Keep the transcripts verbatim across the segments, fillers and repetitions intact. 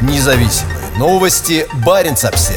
Независимые новости. Баренц-Обсервер.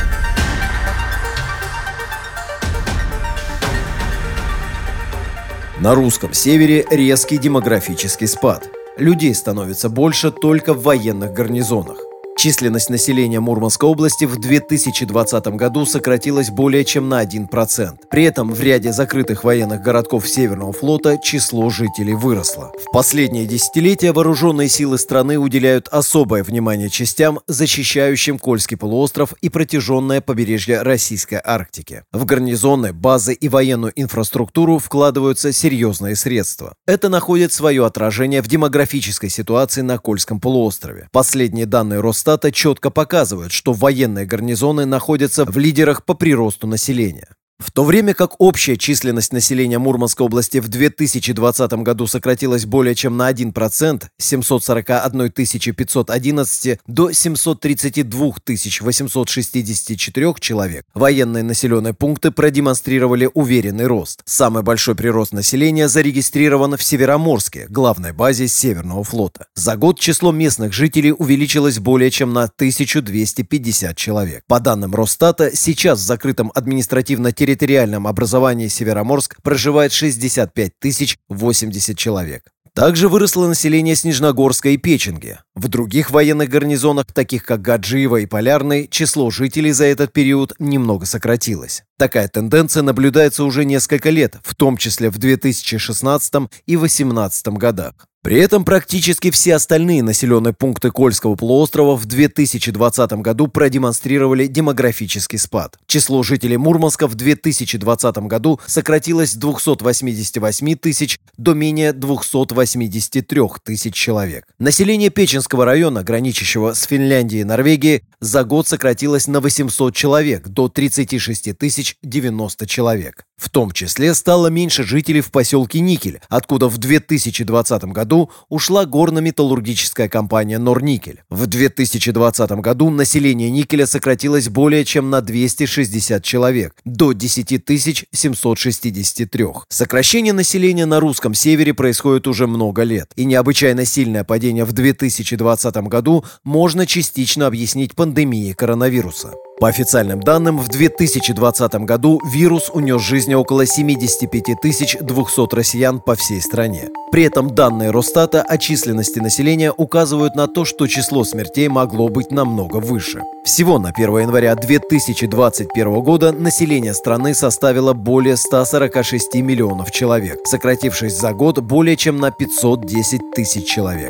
На русском севере резкий демографический спад. Людей становится больше только в военных гарнизонах. Численность населения Мурманской области в две тысячи двадцатом году сократилась более чем на один процент. При этом в ряде закрытых военных городков Северного флота число жителей выросло. В последние десятилетия вооруженные силы страны уделяют особое внимание частям, защищающим Кольский полуостров и протяженное побережье Российской Арктики. В гарнизоны, базы и военную инфраструктуру вкладываются серьезные средства. Это находит свое отражение в демографической ситуации на Кольском полуострове. Последние данные Росстата четко показывают, что военные гарнизоны находятся в лидерах по приросту населения. В то время как общая численность населения Мурманской области в две тысячи двадцатом году сократилась более чем на один процент с семисот сорока одной тысячи пятисот одиннадцати до семисот тридцати двух тысяч восьмисот шестидесяти четырёх человек, военные населенные пункты продемонстрировали уверенный рост. Самый большой прирост населения зарегистрирован в Североморске, главной базе Северного флота. За год число местных жителей увеличилось более чем на тысячу двести пятьдесят человек. По данным Росстата, сейчас в закрытом административно-территориальном В территориальном образовании Североморск проживает шестьдесят пять тысяч восемьдесят человек. Также выросло население Снежногорска и Печенги. В других военных гарнизонах, таких как Гаджиево и Полярный, число жителей за этот период немного сократилось. Такая тенденция наблюдается уже несколько лет, в том числе в две тысячи шестнадцатом и две тысячи восемнадцатом годах. При этом практически все остальные населенные пункты Кольского полуострова в две тысячи двадцатом году продемонстрировали демографический спад. Число жителей Мурманска в две тысячи двадцатом году сократилось с двухсот восьмидесяти восьми тысяч до менее двухсот восьмидесяти трёх тысяч человек. Население Печенского района, граничащего с Финляндией и Норвегией, за год сократилось на восемьсот человек до тридцати шести тысяч девяноста человек. В том числе стало меньше жителей в поселке Никель, откуда в две тысячи двадцатом году ушла горно-металлургическая компания Норникель. В две тысячи двадцатом году население Никеля сократилось более чем на двести шестьдесят человек, до десяти тысяч семисот шестидесяти трёх. Сокращение населения на русском севере происходит уже много лет, и необычайно сильное падение в две тысячи двадцатом году можно частично объяснить пандемией коронавируса. По официальным данным, в две тысячи двадцатом году вирус унес жизни около семидесяти пяти тысяч двухсот россиян по всей стране. При этом данные Росстата о численности населения указывают на то, что число смертей могло быть намного выше. Всего на первое января две тысячи двадцать первого года население страны составило более ста сорока шести миллионов человек, сократившись за год более чем на пятьсот десять тысяч человек.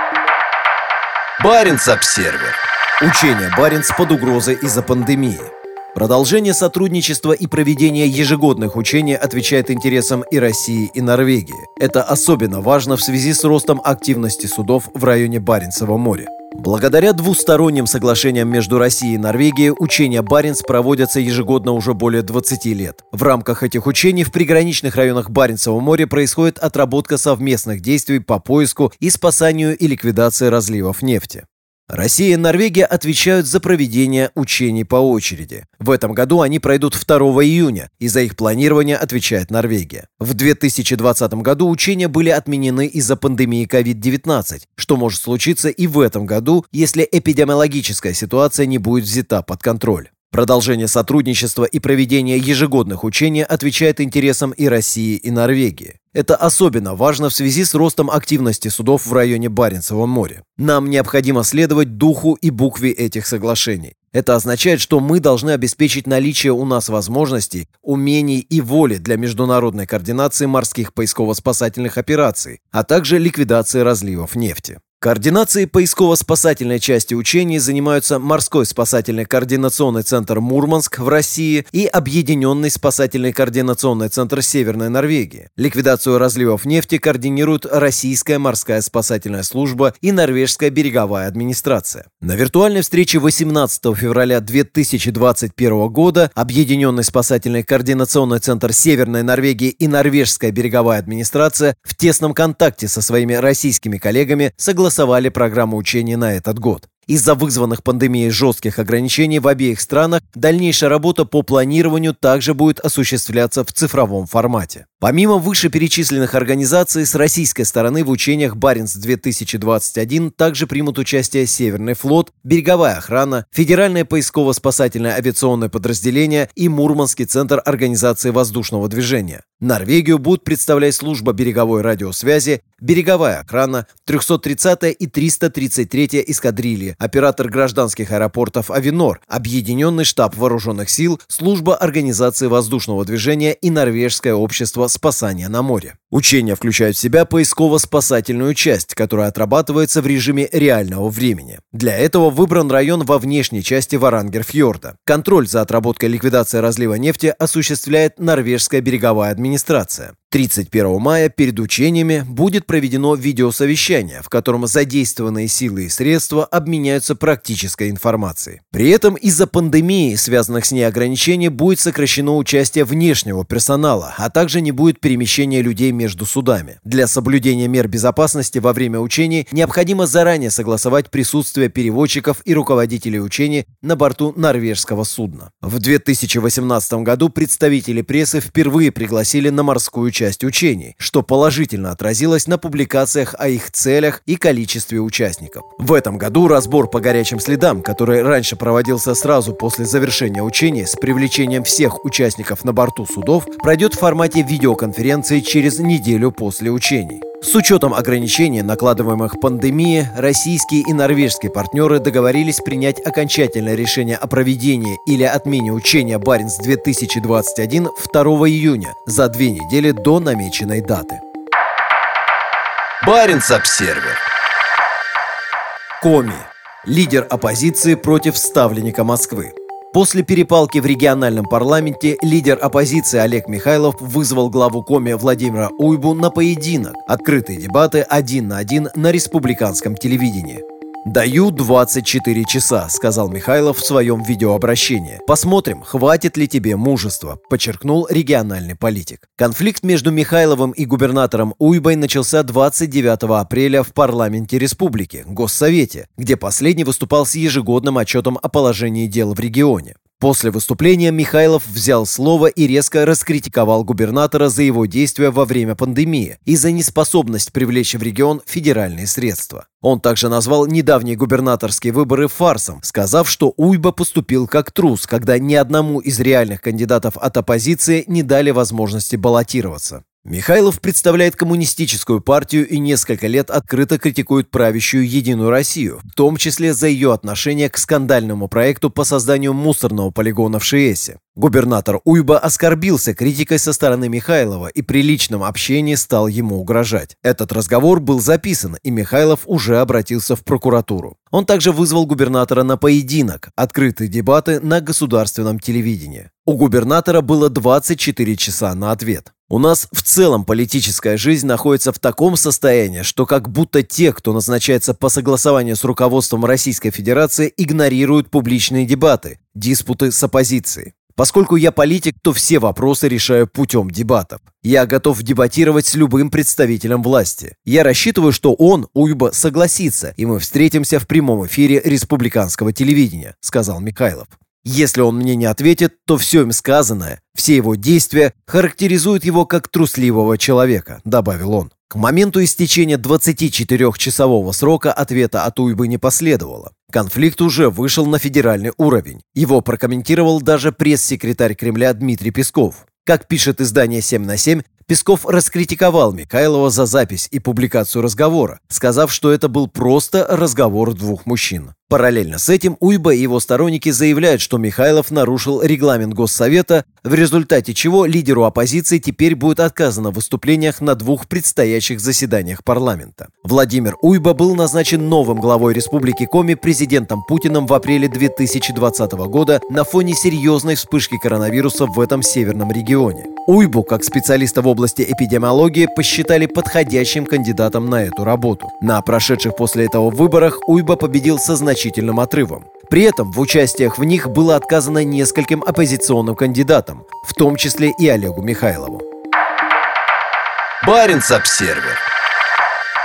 Баренц-Обсервер. Учения Баренц под угрозой из-за пандемии. Продолжение сотрудничества и проведение ежегодных учений отвечает интересам и России, и Норвегии. Это особенно важно в связи с ростом активности судов в районе Баренцева моря. Благодаря двусторонним соглашениям между Россией и Норвегией учения Баренц проводятся ежегодно уже более двадцати лет. В рамках этих учений в приграничных районах Баренцева моря происходит отработка совместных действий по поиску и спасанию и ликвидации разливов нефти. Россия и Норвегия отвечают за проведение учений по очереди. В этом году они пройдут второго июня, и за их планирование отвечает Норвегия. В две тысячи двадцатом году учения были отменены из-за пандемии ковид девятнадцать, что может случиться и в этом году, если эпидемиологическая ситуация не будет взята под контроль. Продолжение сотрудничества и проведение ежегодных учений отвечает интересам и России, и Норвегии. Это особенно важно в связи с ростом активности судов в районе Баренцева моря. Нам необходимо следовать духу и букве этих соглашений. Это означает, что мы должны обеспечить наличие у нас возможностей, умений и воли для международной координации морских поисково-спасательных операций, а также ликвидации разливов нефти. Координацией поисково-спасательной части учений занимаются Морской спасательный координационный центр Мурманск в России и Объединенный спасательный координационный центр Северной Норвегии. Ликвидацию разливов нефти координируют Российская морская спасательная служба и Норвежская береговая администрация. На виртуальной встрече восемнадцатого февраля две тысячи двадцать первого года Объединенный спасательный координационный центр Северной Норвегии и Норвежская береговая администрация в тесном контакте со своими российскими коллегами согласовали программу учений на этот год. Из-за вызванных пандемией жестких ограничений в обеих странах дальнейшая работа по планированию также будет осуществляться в цифровом формате. Помимо вышеперечисленных организаций, с российской стороны в учениях «Баренц-две тысячи двадцать один» также примут участие Северный флот, береговая охрана, Федеральное поисково-спасательное авиационное подразделение и Мурманский центр организации воздушного движения. Норвегию будут представлять служба береговой радиосвязи, береговая охрана, трёхсот тридцатая и триста тридцать третья эскадрильи, оператор гражданских аэропортов «Авинор», Объединенный штаб вооруженных сил, служба организации воздушного движения и Норвежское общество спасания на море. Учения включают в себя поисково-спасательную часть, которая отрабатывается в режиме реального времени. Для этого выбран район во внешней части Варангерфьорда. Контроль за отработкой ликвидации разлива нефти осуществляет Норвежская береговая администрация. тридцать первого мая перед учениями будет проведено видеосовещание, в котором задействованные силы и средства обменяются практической информацией. При этом из-за пандемии, связанных с ней ограничений, будет сокращено участие внешнего персонала, а также не будет перемещения людей между судами. Для соблюдения мер безопасности во время учений необходимо заранее согласовать присутствие переводчиков и руководителей учений на борту норвежского судна. В две тысячи восемнадцатом году представители прессы впервые пригласили на морскую часть учений, что положительно отразилось на публикациях о их целях и количестве участников. В этом году разбор по горячим следам, который раньше проводился сразу после завершения учений с привлечением всех участников на борту судов, пройдет в формате видеоконференции через неделю после учений. С учетом ограничений, накладываемых пандемией, российские и норвежские партнеры договорились принять окончательное решение о проведении или отмене учения «Баренц-две тысячи двадцать один» второго июня, за две недели до намеченной даты. Баренц-Обсервер. Коми. Лидер оппозиции против ставленника Москвы. После перепалки в региональном парламенте лидер оппозиции Олег Михайлов вызвал главу Коми Владимира Уйбу на поединок. Открытые дебаты один на один на республиканском телевидении. «Даю двадцать четыре часа», — сказал Михайлов в своем видеообращении. «Посмотрим, хватит ли тебе мужества», — подчеркнул региональный политик. Конфликт между Михайловым и губернатором Уйбой начался двадцать девятого апреля в парламенте республики, Госсовете, где последний выступал с ежегодным отчетом о положении дел в регионе. После выступления Михайлов взял слово и резко раскритиковал губернатора за его действия во время пандемии и за неспособность привлечь в регион федеральные средства. Он также назвал недавние губернаторские выборы фарсом, сказав, что Уйба поступил как трус, когда ни одному из реальных кандидатов от оппозиции не дали возможности баллотироваться. Михайлов представляет коммунистическую партию и несколько лет открыто критикует правящую «Единую Россию», в том числе за ее отношение к скандальному проекту по созданию мусорного полигона в Шиэсе. Губернатор Уйба оскорбился критикой со стороны Михайлова и при личном общении стал ему угрожать. Этот разговор был записан, и Михайлов уже обратился в прокуратуру. Он также вызвал губернатора на поединок, открытые дебаты на государственном телевидении. У губернатора было двадцать четыре часа на ответ. У нас в целом политическая жизнь находится в таком состоянии, что как будто те, кто назначается по согласованию с руководством Российской Федерации, игнорируют публичные дебаты, диспуты с оппозицией. Поскольку я политик, то все вопросы решаю путем дебатов. Я готов дебатировать с любым представителем власти. Я рассчитываю, что он, Уйба, согласится, и мы встретимся в прямом эфире республиканского телевидения», — сказал Михайлов. «Если он мне не ответит, то все им сказанное, все его действия характеризуют его как трусливого человека», — добавил он. К моменту истечения двадцатичетырёхчасового срока ответа от Уйбы не последовало. Конфликт уже вышел на федеральный уровень. Его прокомментировал даже пресс-секретарь Кремля Дмитрий Песков. Как пишет издание семь на семь, Песков раскритиковал Михайлова за запись и публикацию разговора, сказав, что это был просто разговор двух мужчин. Параллельно с этим Уйба и его сторонники заявляют, что Михайлов нарушил регламент Госсовета, в результате чего лидеру оппозиции теперь будет отказано в выступлениях на двух предстоящих заседаниях парламента. Владимир Уйба был назначен новым главой Республики Коми президентом Путиным в апреле две тысячи двадцатого года на фоне серьезной вспышки коронавируса в этом северном регионе. Уйбу, как специалиста в области эпидемиологии, посчитали подходящим кандидатом на эту работу. На прошедших после этого выборах Уйба победил со значительным отрывом. При этом в участиях в них было отказано нескольким оппозиционным кандидатам, в том числе и Олегу Михайлову. Баренц-Обсервер.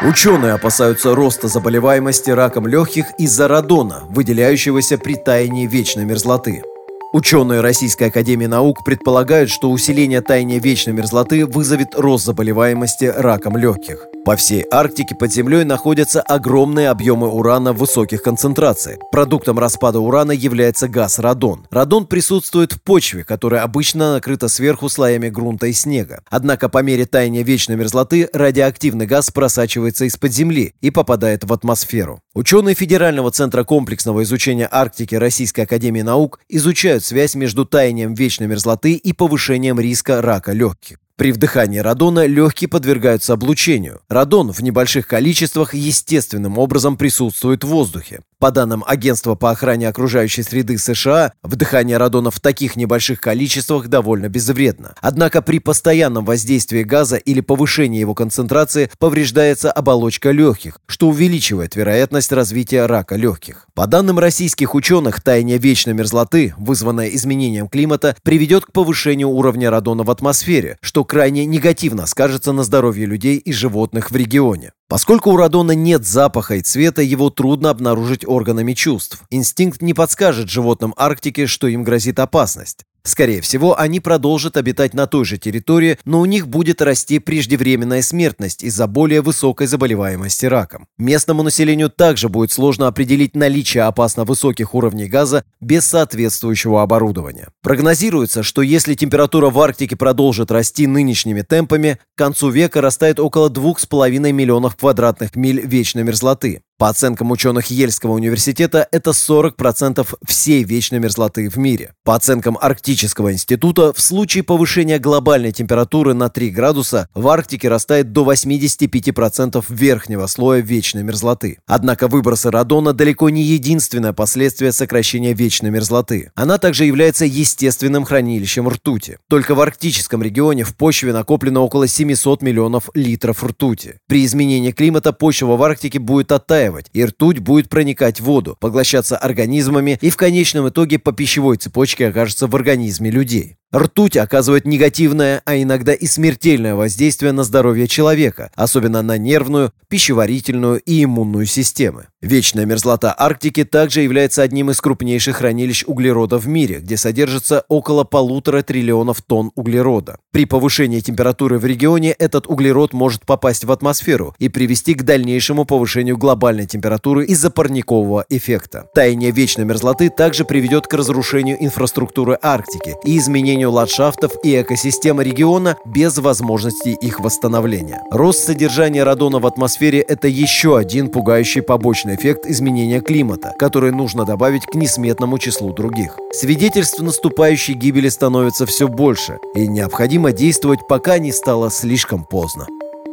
Ученые опасаются роста заболеваемости раком легких из-за радона, выделяющегося при таянии вечной мерзлоты. Ученые Российской академии наук предполагают, что усиление таяния вечной мерзлоты вызовет рост заболеваемости раком легких. По всей Арктике под землей находятся огромные объемы урана в высоких концентрациях. Продуктом распада урана является газ радон. Радон присутствует в почве, которая обычно накрыта сверху слоями грунта и снега. Однако по мере таяния вечной мерзлоты радиоактивный газ просачивается из-под земли и попадает в атмосферу. Ученые Федерального центра комплексного изучения Арктики Российской академии наук изучают связь между таянием вечной мерзлоты и повышением риска рака легких. При вдыхании радона легкие подвергаются облучению. Радон в небольших количествах естественным образом присутствует в воздухе. По данным Агентства по охране окружающей среды США, вдыхание радона в таких небольших количествах довольно безвредно. Однако при постоянном воздействии газа или повышении его концентрации повреждается оболочка легких, что увеличивает вероятность развития рака легких. По данным российских ученых, таяние вечной мерзлоты, вызванное изменением климата, приведет к повышению уровня радона в атмосфере, что крайне негативно скажется на здоровье людей и животных в регионе. Поскольку у радона нет запаха и цвета, его трудно обнаружить органами чувств. Инстинкт не подскажет животным Арктики, что им грозит опасность. Скорее всего, они продолжат обитать на той же территории, но у них будет расти преждевременная смертность из-за более высокой заболеваемости раком. Местному населению также будет сложно определить наличие опасно высоких уровней газа без соответствующего оборудования. Прогнозируется, что если температура в Арктике продолжит расти нынешними темпами, к концу века растает около двух с половиной миллионов квадратных миль вечной мерзлоты. По оценкам ученых Ельского университета, это сорок процентов всей вечной мерзлоты в мире. По оценкам Арктического института, в случае повышения глобальной температуры на три градуса в Арктике растает до восьмидесяти пяти процентов верхнего слоя вечной мерзлоты. Однако выбросы радона далеко не единственное последствие сокращения вечной мерзлоты. Она также является естественным хранилищем ртути. Только в арктическом регионе в почве накоплено около семисот миллионов литров ртути. При изменении климата почва в Арктике будет оттаивать, и ртуть будет проникать в воду, поглощаться организмами и в конечном итоге по пищевой цепочке окажется в организме людей. Ртуть оказывает негативное, а иногда и смертельное воздействие на здоровье человека, особенно на нервную, пищеварительную и иммунную системы. Вечная мерзлота Арктики также является одним из крупнейших хранилищ углерода в мире, где содержится около полутора триллионов тонн углерода. При повышении температуры в регионе этот углерод может попасть в атмосферу и привести к дальнейшему повышению глобальной температуры из-за парникового эффекта. Таяние вечной мерзлоты также приведет к разрушению инфраструктуры Арктики и изменению ландшафтов и экосистемы региона без возможности их восстановления. Рост содержания радона в атмосфере – это еще один пугающий побочный эффект изменения климата, который нужно добавить к несметному числу других. Свидетельств наступающей гибели становится все больше, и необходимо действовать, пока не стало слишком поздно.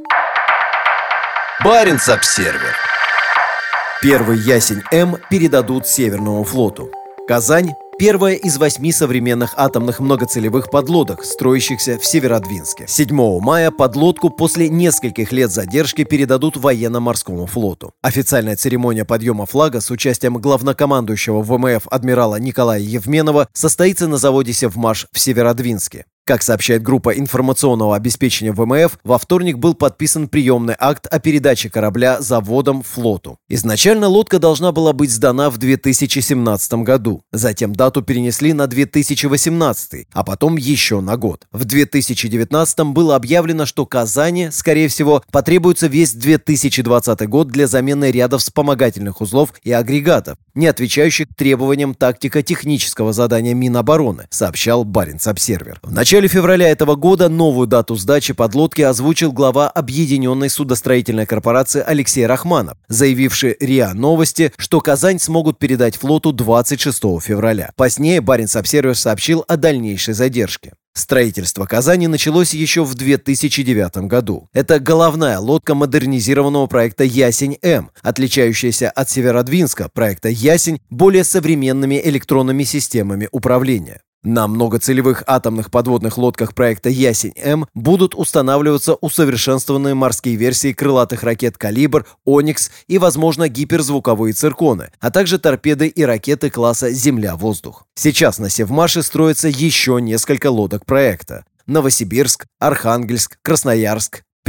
Баренц-Обсервер. Первый Ясень-М передадут Северному флоту. Казань – первая из восьми современных атомных многоцелевых подлодок, строящихся в Северодвинске. седьмого мая подлодку после нескольких лет задержки передадут военно-морскому флоту. Официальная церемония подъема флага с участием главнокомандующего ВМФ адмирала Николая Евменова состоится на заводе «Севмаш» в Северодвинске. Как сообщает группа информационного обеспечения ВМФ, во вторник был подписан приемный акт о передаче корабля заводом флоту. Изначально лодка должна была быть сдана в две тысячи семнадцатом году. Затем дату перенесли на две тысячи восемнадцатый, а потом еще на год. В две тысячи девятнадцатом было объявлено, что Казани, скорее всего, потребуется весь две тысячи двадцатый год для замены ряда вспомогательных узлов и агрегатов, не отвечающих требованиям тактико-технического задания Минобороны, сообщал Баренц-Обсервер. В начале февраля этого года новую дату сдачи подлодки озвучил глава Объединенной судостроительной корпорации Алексей Рахманов, заявивший РИА Новости, что Казань смогут передать флоту двадцать шестого февраля. Позднее Баренц-Обсервер сообщил о дальнейшей задержке. Строительство Казани началось еще в две тысячи девятом году. Это головная лодка модернизированного проекта «Ясень-М», отличающаяся от Северодвинска проекта «Ясень» более современными электронными системами управления. На многоцелевых атомных подводных лодках проекта «Ясень-М» будут устанавливаться усовершенствованные морские версии крылатых ракет «Калибр», «Оникс» и, возможно, гиперзвуковые цирконы, а также торпеды и ракеты класса «Земля-воздух». Сейчас на Севмаше строится еще несколько лодок проекта: Новосибирск, Архангельск, Красноярск, Пермь,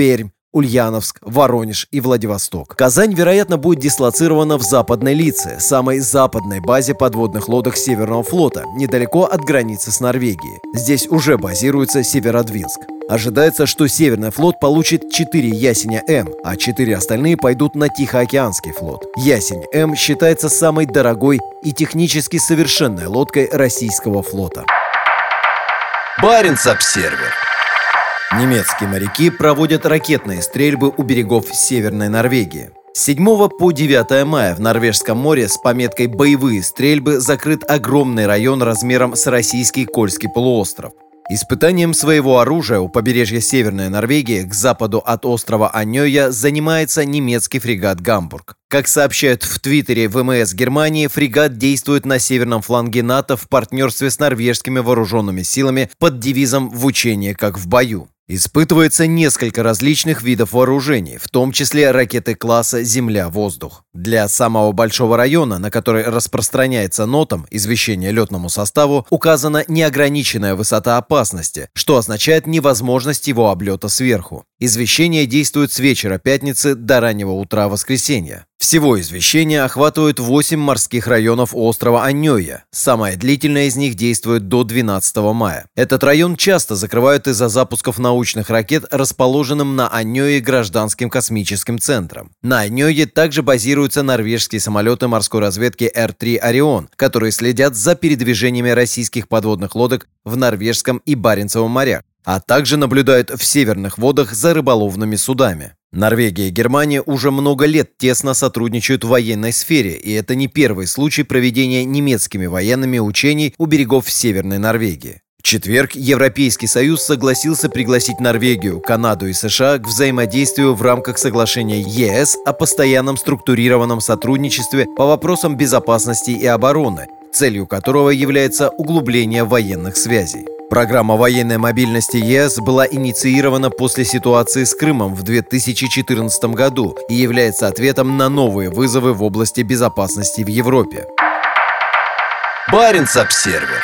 Ульяновск, Воронеж и Владивосток. Казань, вероятно, будет дислоцирована в Западной Лице, самой западной базе подводных лодок Северного флота, недалеко от границы с Норвегией. Здесь уже базируется Северодвинск. Ожидается, что Северный флот получит четыре «Ясеня-М», а четыре остальные пойдут на Тихоокеанский флот. «Ясень-М» считается самой дорогой и технически совершенной лодкой российского флота. Баренц-Обсервер. Немецкие моряки проводят ракетные стрельбы у берегов Северной Норвегии. С седьмого по девятое мая в Норвежском море с пометкой «Боевые стрельбы» закрыт огромный район размером с российский Кольский полуостров. Испытанием своего оружия у побережья Северной Норвегии к западу от острова Аньоя занимается немецкий фрегат «Гамбург». Как сообщают в Твиттере ВМС Германии, фрегат действует на северном фланге НАТО в партнерстве с норвежскими вооруженными силами под девизом «В учении, как в бою». Испытывается несколько различных видов вооружений, в том числе ракеты класса «Земля-воздух». Для самого большого района, на который распространяется нотам, извещение летному составу, указана неограниченная высота опасности, что означает невозможность его облета сверху. Извещение действует с вечера пятницы до раннего утра воскресенья. Всего извещения охватывают восемь морских районов острова Аньоя. Самая длительная из них действует до двенадцатого мая. Этот район часто закрывают из-за запусков научных ракет, расположенным на Аньое гражданским космическим центром. На Аньое также базируются норвежские самолеты морской разведки Эр три «Орион», которые следят за передвижениями российских подводных лодок в Норвежском и Баренцевом морях, а также наблюдают в северных водах за рыболовными судами. Норвегия и Германия уже много лет тесно сотрудничают в военной сфере, и это не первый случай проведения немецкими военными учений у берегов Северной Норвегии. В четверг Европейский Союз согласился пригласить Норвегию, Канаду и США к взаимодействию в рамках соглашения ЕС о постоянном структурированном сотрудничестве по вопросам безопасности и обороны, целью которого является углубление военных связей. Программа военной мобильности ЕС была инициирована после ситуации с Крымом в две тысячи четырнадцатом году и является ответом на новые вызовы в области безопасности в Европе. Баренц-Обсервер.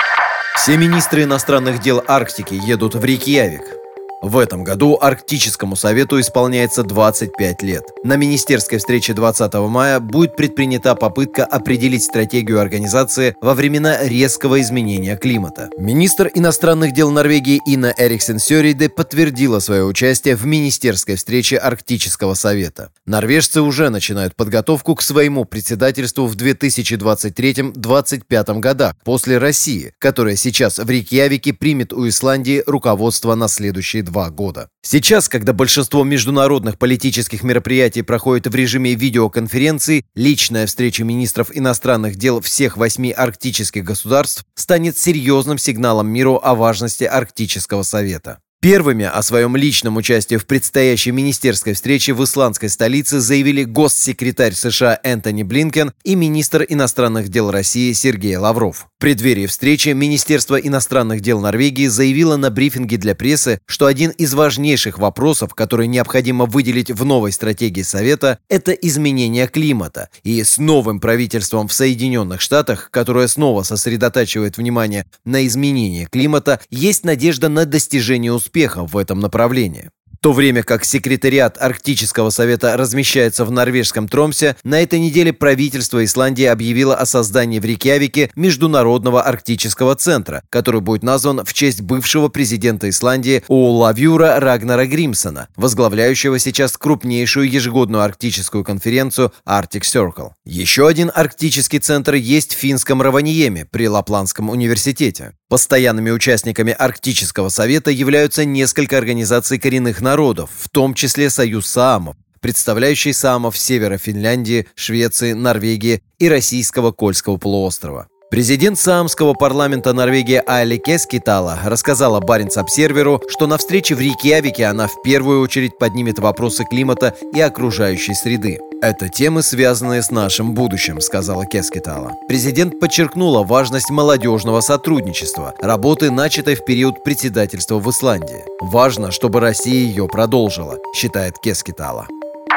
Все министры иностранных дел Арктики едут в Рейкьявик. В этом году Арктическому совету исполняется двадцать пять лет. На министерской встрече двадцатого мая будет предпринята попытка определить стратегию организации во времена резкого изменения климата. Министр иностранных дел Норвегии Инна Эриксен Сёрейде подтвердила свое участие в министерской встрече Арктического совета. Норвежцы уже начинают подготовку к своему председательству в две тысячи двадцать третьем — две тысячи двадцать пятом годах после России, которая сейчас в Рейкьявике примет у Исландии руководство на следующие два года. Сейчас, когда большинство международных политических мероприятий проходит в режиме видеоконференции, личная встреча министров иностранных дел всех восьми арктических государств станет серьезным сигналом миру о важности Арктического совета. Первыми о своем личном участии в предстоящей министерской встрече в исландской столице заявили госсекретарь США Энтони Блинкен и министр иностранных дел России Сергей Лавров. В преддверии встречи Министерство иностранных дел Норвегии заявило на брифинге для прессы, что один из важнейших вопросов, который необходимо выделить в новой стратегии Совета, это изменение климата. И с новым правительством в Соединенных Штатах, которое снова сосредотачивает внимание на изменении климата, есть надежда на достижение успеха в этом направлении. В то время как секретариат Арктического совета размещается в норвежском Тромсе, на этой неделе правительство Исландии объявило о создании в Рейкьявике Международного арктического центра, который будет назван в честь бывшего президента Исландии Олафьюра Рагнара Гримсона, возглавляющего сейчас крупнейшую ежегодную арктическую конференцию Arctic Circle. Еще один арктический центр есть в финском Раваньеме при Лапландском университете. Постоянными участниками Арктического совета являются несколько организаций коренных народов, в том числе Союз Саамов, представляющий саамов севера Финляндии, Швеции, Норвегии и российского Кольского полуострова. Президент саамского парламента Норвегии Айли Кескитала рассказала Баренц-Обсерверу, что на встрече в Рейкьявике она в первую очередь поднимет вопросы климата и окружающей среды. «Это темы, связанные с нашим будущим», — сказала Кескитала. Президент подчеркнула важность молодежного сотрудничества, работы, начатой в период председательства в Исландии. «Важно, чтобы Россия ее продолжила», — считает Кескитала.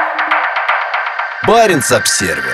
Баренц-Обсервер.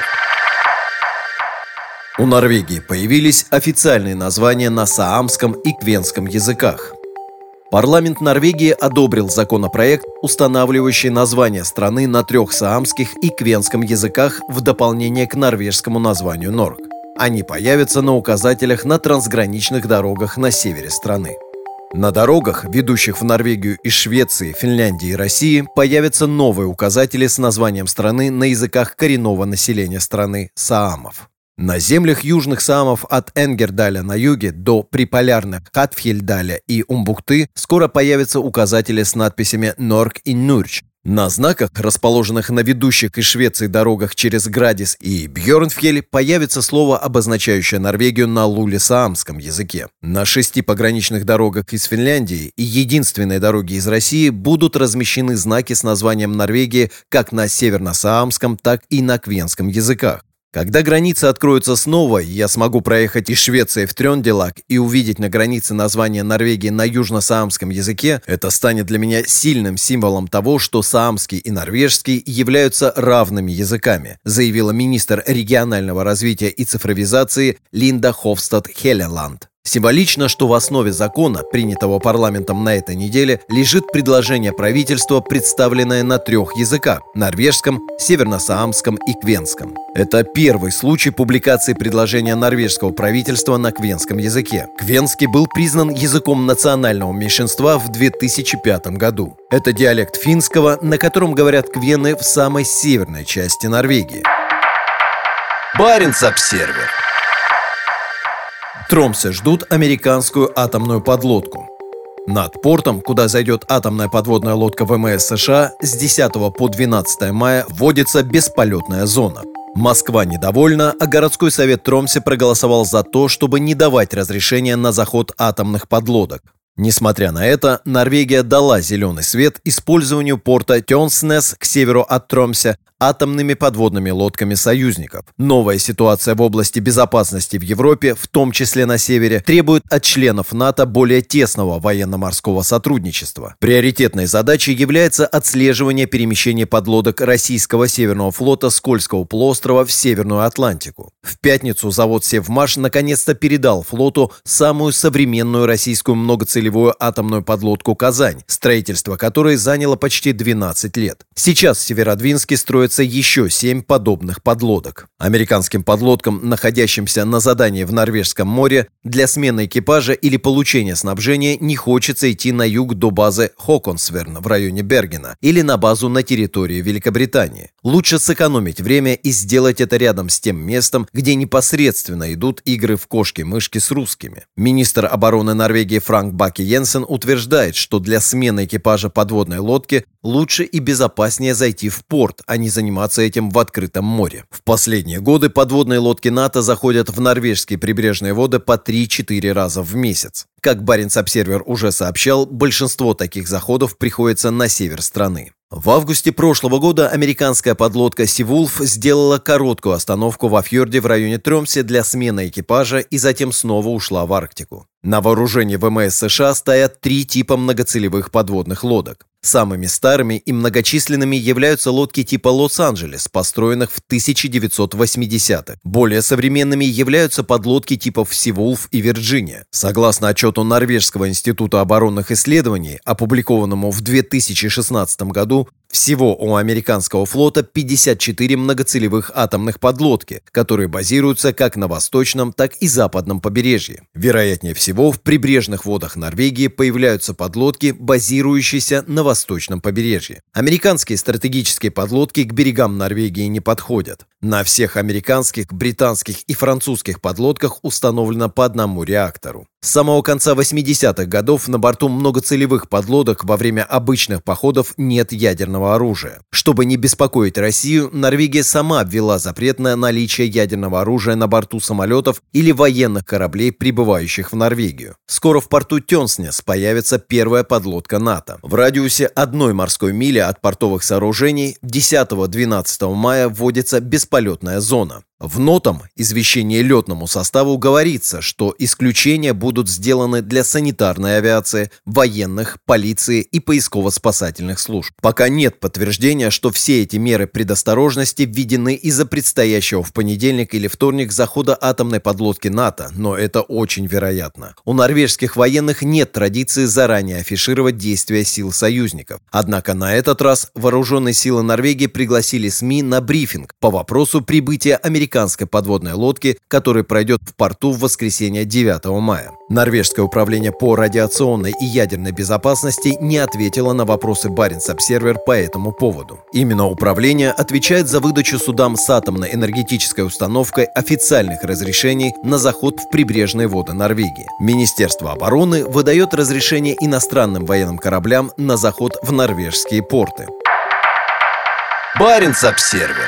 У Норвегии появились официальные названия на саамском и квенском языках. Парламент Норвегии одобрил законопроект, устанавливающий название страны на трех саамских и квенском языках в дополнение к норвежскому названию Норк. Они появятся на указателях на трансграничных дорогах на севере страны. На дорогах, ведущих в Норвегию из Швеции, Финляндии и России, появятся новые указатели с названием страны на языках коренного населения страны – саамов. На землях южных саамов от Энгердаля на юге до приполярных Хатфьельдаля и Умбухты скоро появятся указатели с надписями «Норк» и «Нурч». На знаках, расположенных на ведущих из Швеции дорогах через Градис и Бьёрнфьель, появится слово, обозначающее Норвегию на луле-саамском языке. На шести пограничных дорогах из Финляндии и единственной дороге из России будут размещены знаки с названием Норвегии как на северно-саамском, так и на квенском языках. Когда границы откроются снова, я смогу проехать из Швеции в Трёнделак и увидеть на границе название Норвегии на южно-саамском языке, это станет для меня сильным символом того, что саамский и норвежский являются равными языками, заявила министр регионального развития и цифровизации Линда Хофстад Хеллеланд. Символично, что в основе закона, принятого парламентом на этой неделе, лежит предложение правительства, представленное на трех языках – норвежском, северно-саамском и квенском. Это первый случай публикации предложения норвежского правительства на квенском языке. Квенский был признан языком национального меньшинства в две тысячи пятом году. Это диалект финского, на котором говорят квены в самой северной части Норвегии. Баренц-Обсервер. В Тромсе ждут американскую атомную подлодку. Над портом, куда зайдет атомная подводная лодка ВМС США, с десятого по двенадцатое мая вводится бесполетная зона. Москва недовольна, а городской совет Тромсе проголосовал за то, чтобы не давать разрешения на заход атомных подлодок. Несмотря на это, Норвегия дала зеленый свет использованию порта Тёнснес к северу от Тромсе атомными подводными лодками союзников. Новая ситуация в области безопасности в Европе, в том числе на севере, требует от членов НАТО более тесного военно-морского сотрудничества. Приоритетной задачей является отслеживание перемещения подлодок российского Северного флота с Кольского полуострова в Северную Атлантику. В пятницу завод «Севмаш» наконец-то передал флоту самую современную российскую многоцелевую атомную подлодку «Казань», строительство которой заняло почти двенадцать лет. Сейчас в Северодвинске строится еще семь подобных подлодок. Американским подлодкам, находящимся на задании в Норвежском море, для смены экипажа или получения снабжения не хочется идти на юг до базы Хоконсверн в районе Бергена или на базу на территории Великобритании. Лучше сэкономить время и сделать это рядом с тем местом, где непосредственно идут игры в кошки-мышки с русскими. Министр обороны Норвегии Франк Баке-Йенсен утверждает, что для смены экипажа подводной лодки лучше и безопаснее зайти в порт, а не заниматься этим в открытом море. В последние годы подводные лодки НАТО заходят в норвежские прибрежные воды по три-четыре раза в месяц. Как Баренц-Обсервер уже сообщал, большинство таких заходов приходится на север страны. В августе прошлого года американская подлодка «Сивулф» сделала короткую остановку во фьорде в районе Тромсе для смены экипажа и затем снова ушла в Арктику. На вооружении ВМС США стоят три типа многоцелевых подводных лодок. Самыми старыми и многочисленными являются лодки типа «Лос-Анджелес», построенных в тысяча девятьсот восьмидесятых. Более современными являются подлодки типов «Сивулф» и «Вирджиния». Согласно отчету Норвежского института оборонных исследований, опубликованному в две тысячи шестнадцатом году, всего у американского флота пятьдесят четыре многоцелевых атомных подлодки, которые базируются как на восточном, так и западном побережье. Вероятнее всего, в прибрежных водах Норвегии появляются подлодки, базирующиеся на восточном побережье. Американские стратегические подлодки к берегам Норвегии не подходят. На всех американских, британских и французских подлодках установлено по одному реактору. С самого конца восьмидесятых годов на борту многоцелевых подлодок во время обычных походов нет ядерного оружия. Чтобы не беспокоить Россию, Норвегия сама ввела запрет на наличие ядерного оружия на борту самолетов или военных кораблей, прибывающих в Норвегию. Скоро в порту Тёнснес появится первая подлодка НАТО. В радиусе одной морской мили от портовых сооружений десятого-двенадцатого мая вводится бесполетная зона. В нотам извещения летному составу говорится, что исключения будут сделаны для санитарной авиации, военных, полиции и поисково-спасательных служб. Пока нет подтверждения, что все эти меры предосторожности введены из-за предстоящего в понедельник или вторник захода атомной подлодки НАТО, но это очень вероятно. У норвежских военных нет традиции заранее афишировать действия сил союзников. Однако на этот раз вооруженные силы Норвегии пригласили СМИ на брифинг по вопросу прибытия американской подводной лодки, который пройдет в порту в воскресенье девятого мая. Норвежское управление по радиационной и ядерной безопасности не ответило на вопросы Баренц-Обсервер по этому поводу. Именно управление отвечает за выдачу судам с атомной энергетической установкой официальных разрешений на заход в прибрежные воды Норвегии. Министерство обороны выдает разрешение иностранным военным кораблям на заход в норвежские порты. Баренц-Обсервер.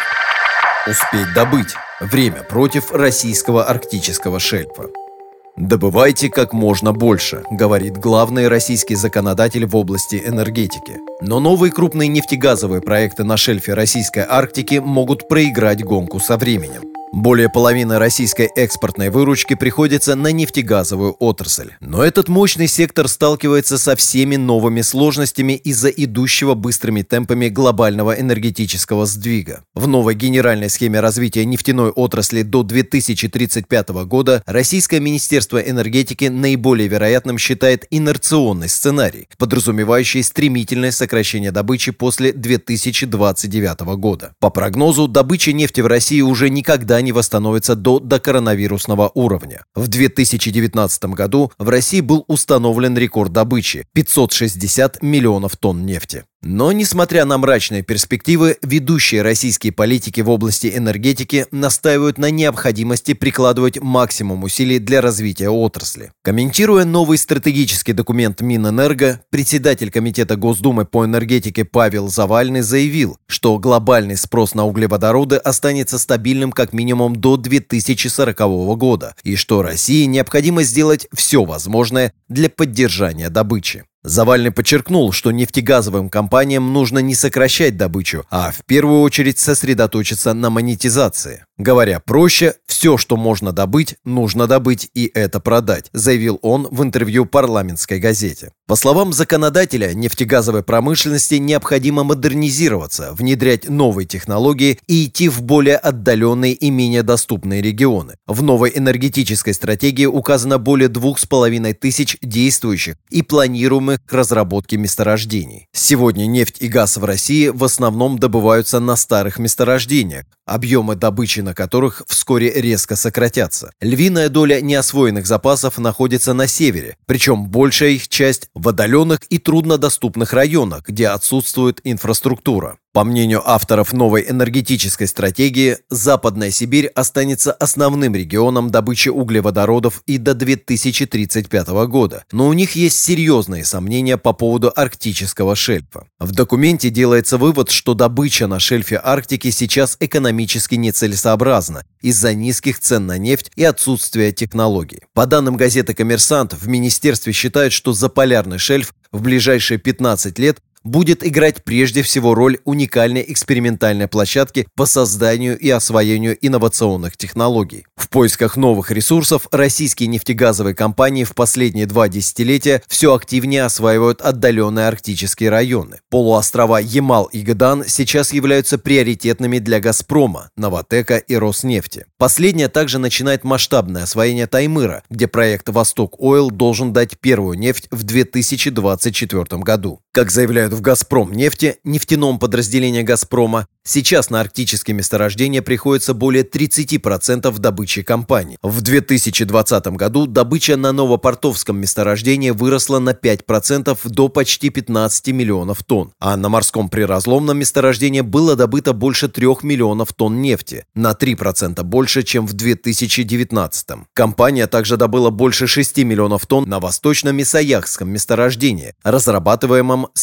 Успеть добыть. Время против российского арктического шельфа. «Добывайте как можно больше», — говорит главный российский законодатель в области энергетики. Но новые крупные нефтегазовые проекты на шельфе российской Арктики могут проиграть гонку со временем. Более половины российской экспортной выручки приходится на нефтегазовую отрасль. Но этот мощный сектор сталкивается со всеми новыми сложностями из-за идущего быстрыми темпами глобального энергетического сдвига. В новой генеральной схеме развития нефтяной отрасли до две тысячи тридцать пятого года Российское министерство энергетики наиболее вероятным считает инерционный сценарий, подразумевающий стремительное сокращение добычи после две тысячи двадцать девятого года. По прогнозу, добыча нефти в России уже никогда не восстановится до докоронавирусного уровня. В две тысячи девятнадцатом году в России был установлен рекорд добычи – пятьсот шестьдесят миллионов тонн нефти. Но, несмотря на мрачные перспективы, ведущие российские политики в области энергетики настаивают на необходимости прикладывать максимум усилий для развития отрасли. Комментируя новый стратегический документ Минэнерго, председатель Комитета Госдумы по энергетике Павел Завальный заявил, что глобальный спрос на углеводороды останется стабильным как минимум до две тысячи сорокового года, и что России необходимо сделать все возможное для поддержания добычи. Завальный подчеркнул, что нефтегазовым компаниям нужно не сокращать добычу, а в первую очередь сосредоточиться на монетизации. Говоря проще, все, что можно добыть, нужно добыть и это продать, заявил он в интервью парламентской газете. По словам законодателя, нефтегазовой промышленности необходимо модернизироваться, внедрять новые технологии и идти в более отдаленные и менее доступные регионы. В новой энергетической стратегии указано более двух с половиной тысяч действующих и планируемых к разработке месторождений. Сегодня нефть и газ в России в основном добываются на старых месторождениях, объемы добычи на которых вскоре резко сократятся. Львиная доля неосвоенных запасов находится на севере, причем большая их часть в отдаленных и труднодоступных районах, где отсутствует инфраструктура. По мнению авторов новой энергетической стратегии, Западная Сибирь останется основным регионом добычи углеводородов и до две тысячи тридцать пятого года, но у них есть серьезные сомнения по поводу арктического шельфа. В документе делается вывод, что добыча на шельфе Арктики сейчас экономически нецелесообразна из-за низких цен на нефть и отсутствия технологий. По данным газеты «Коммерсант», в министерстве считают, что заполярный шельф в ближайшие пятнадцать лет будет играть прежде всего роль уникальной экспериментальной площадки по созданию и освоению инновационных технологий. В поисках новых ресурсов российские нефтегазовые компании в последние два десятилетия все активнее осваивают отдаленные арктические районы. Полуострова Ямал и Гыдан сейчас являются приоритетными для «Газпрома», «Новатэка» и «Роснефти». Последняя также начинает масштабное освоение Таймыра, где проект «Восток Ойл» должен дать первую нефть в две тысячи двадцать четвёртом году. Как заявляют в «Газпромнефти», нефтяном подразделении «Газпрома», сейчас на арктические месторождения приходится более тридцати процентов добычи компании. В две тысячи двадцатом году добыча на новопортовском месторождении выросла на пять процентов до почти пятнадцати миллионов тонн, а на морском приразломном месторождении было добыто больше трех миллионов тонн нефти, на три процента больше, чем в две тысячи девятнадцатом. Компания также добыла больше шести миллионов тонн на восточном Исаякском месторождении, разрабатываемом совместно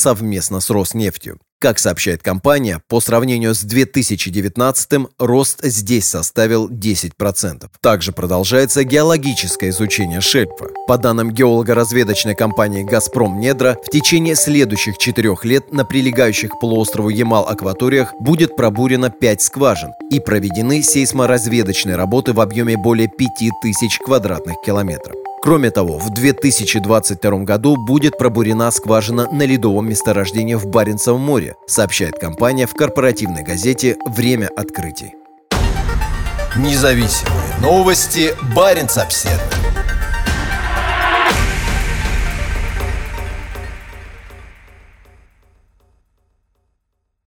тесно с Роснефтью. Как сообщает компания, по сравнению с две тысячи девятнадцатым рост здесь составил десять процентов. Также продолжается геологическое изучение шельфа. По данным геолого-разведочной компании «Газпром Недра», в течение следующих четырех лет на прилегающих к полуострову Ямал акваториях будет пробурено пять скважин и проведены сейсморазведочные работы в объеме более пяти тысяч квадратных километров. Кроме того, в две тысячи двадцать втором году будет пробурена скважина на ледовом месторождении в Баренцевом море, сообщает компания в корпоративной газете «Время открытий». Независимые новости. Баренц-Обседный.